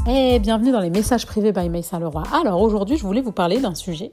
Et bienvenue dans les messages privés by Maïssa Leroy. Alors aujourd'hui, je voulais vous parler d'un sujet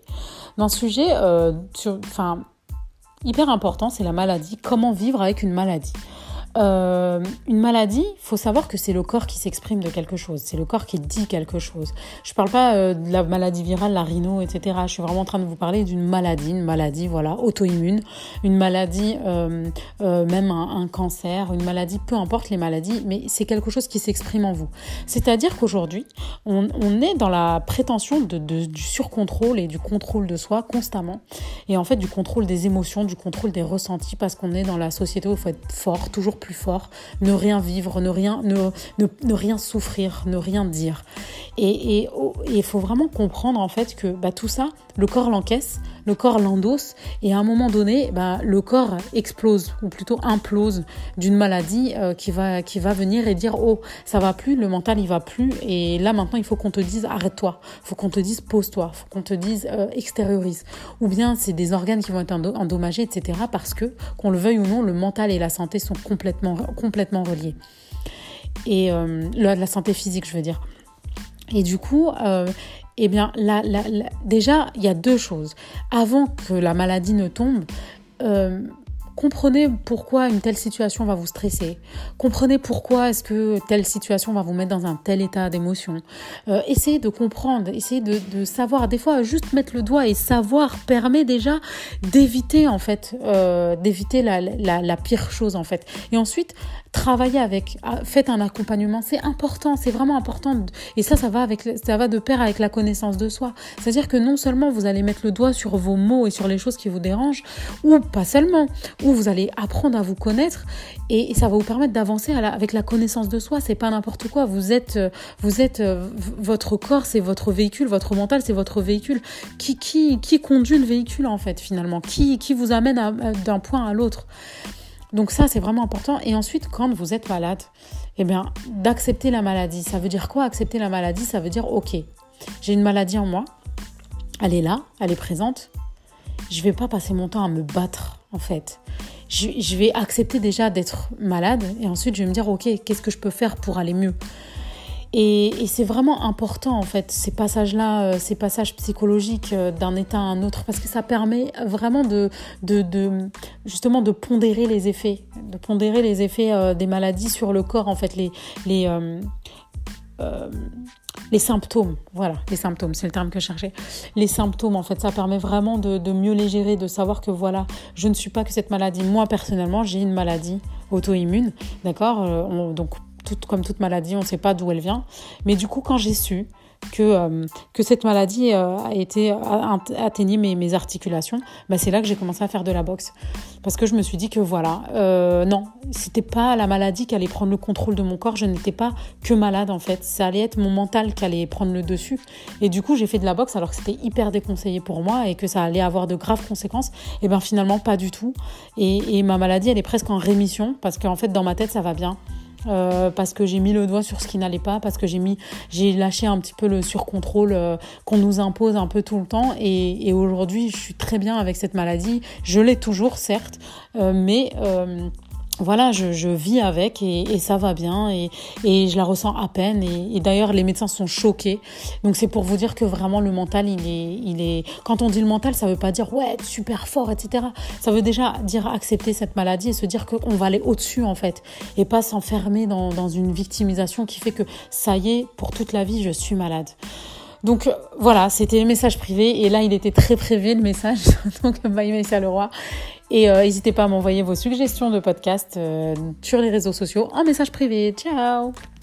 hyper important, c'est la maladie. Comment vivre avec une maladie ? Une maladie, il faut savoir que c'est le corps qui s'exprime de quelque chose, c'est le corps qui dit quelque chose. Je parle pas de la maladie virale, la rhino, etc. Je suis vraiment en train de vous parler d'une maladie, voilà, auto-immune, une maladie, même un cancer, une maladie, peu importe les maladies, mais c'est quelque chose qui s'exprime en vous. C'est-à-dire qu'aujourd'hui, on est dans la prétention du surcontrôle et du contrôle de soi constamment, et en fait du contrôle des émotions, du contrôle des ressentis, parce qu'on est dans la société où il faut être fort, toujours plus fort, ne rien vivre, ne rien souffrir, ne rien dire. Et il faut vraiment comprendre en fait que tout ça, le corps l'encaisse, le corps l'endosse, et à un moment donné, le corps explose, ou plutôt implose d'une maladie qui va venir et dire « Oh, ça va plus, le mental il va plus, et là maintenant il faut qu'on te dise arrête-toi, il faut qu'on te dise pose-toi, il faut qu'on te dise extériorise ». Ou bien c'est des organes qui vont être endommagés, etc. parce que, qu'on le veuille ou non, le mental et la santé sont complètement reliés. Et la santé physique, je veux dire. Et du coup, déjà, il y a deux choses. Avant que la maladie ne tombe, comprenez pourquoi une telle situation va vous stresser. Comprenez pourquoi est-ce que telle situation va vous mettre dans un tel état d'émotion. Essayez de comprendre, essayez de savoir. Des fois, juste mettre le doigt et savoir permet déjà d'éviter en fait, d'éviter la pire chose en fait. Et ensuite, travaillez faites un accompagnement. C'est important, c'est vraiment important. Et ça va de pair avec la connaissance de soi. C'est-à-dire que non seulement vous allez mettre le doigt sur vos maux et sur les choses qui vous dérangent, ou pas seulement, où vous allez apprendre à vous connaître et ça va vous permettre d'avancer avec la connaissance de soi. C'est pas n'importe quoi. Vous êtes votre corps, c'est votre véhicule, votre mental, c'est votre véhicule. Qui conduit le véhicule en fait finalement ? Qui vous amène d'un point à l'autre ? Donc ça, c'est vraiment important. Et ensuite, quand vous êtes malade, d'accepter la maladie. Ça veut dire quoi, accepter la maladie ? Ça veut dire, ok, j'ai une maladie en moi, elle est là, elle est présente. Je vais pas passer mon temps à me battre, en fait. Je vais accepter déjà d'être malade et ensuite, je vais me dire, ok, qu'est-ce que je peux faire pour aller mieux ? Et c'est vraiment important en fait ces passages-là, ces passages psychologiques d'un état à un autre, parce que ça permet vraiment justement de pondérer les effets, des maladies sur le corps en fait, les symptômes, voilà, les symptômes, c'est le terme que je cherchais. Les symptômes, en fait, ça permet vraiment de mieux les gérer, de savoir que voilà, je ne suis pas que cette maladie. Moi, personnellement, j'ai une maladie auto-immune, d'accord ? Donc, comme toute maladie, on ne sait pas d'où elle vient. Mais du coup, quand j'ai su que cette maladie atteignait mes articulations, c'est là que j'ai commencé à faire de la boxe. Parce que je me suis dit que voilà, non, c'était pas la maladie qui allait prendre le contrôle de mon corps, je n'étais pas que malade en fait, ça allait être mon mental qui allait prendre le dessus. Et du coup, j'ai fait de la boxe alors que c'était hyper déconseillé pour moi et que ça allait avoir de graves conséquences. Et finalement, pas du tout. Et ma maladie, elle est presque en rémission parce qu'en fait, dans ma tête, ça va bien. Parce que j'ai mis le doigt sur ce qui n'allait pas, parce que j'ai lâché un petit peu le surcontrôle qu'on nous impose un peu tout le temps, et aujourd'hui je suis très bien avec cette maladie. Je l'ai toujours certes, mais voilà, je vis avec et ça va bien et je la ressens à peine et d'ailleurs les médecins sont choqués. Donc c'est pour vous dire que vraiment le mental il est quand on dit le mental, ça veut pas dire ouais super fort etc. Ça veut déjà dire accepter cette maladie et se dire qu'on va aller au-dessus en fait et pas s'enfermer dans une victimisation qui fait que ça y est, pour toute la vie je suis malade. Donc voilà, c'était le message privé et là il était très privé le message, donc by Maïssa Leroy. Et n'hésitez pas à m'envoyer vos suggestions de podcasts sur les réseaux sociaux en message privé. Ciao!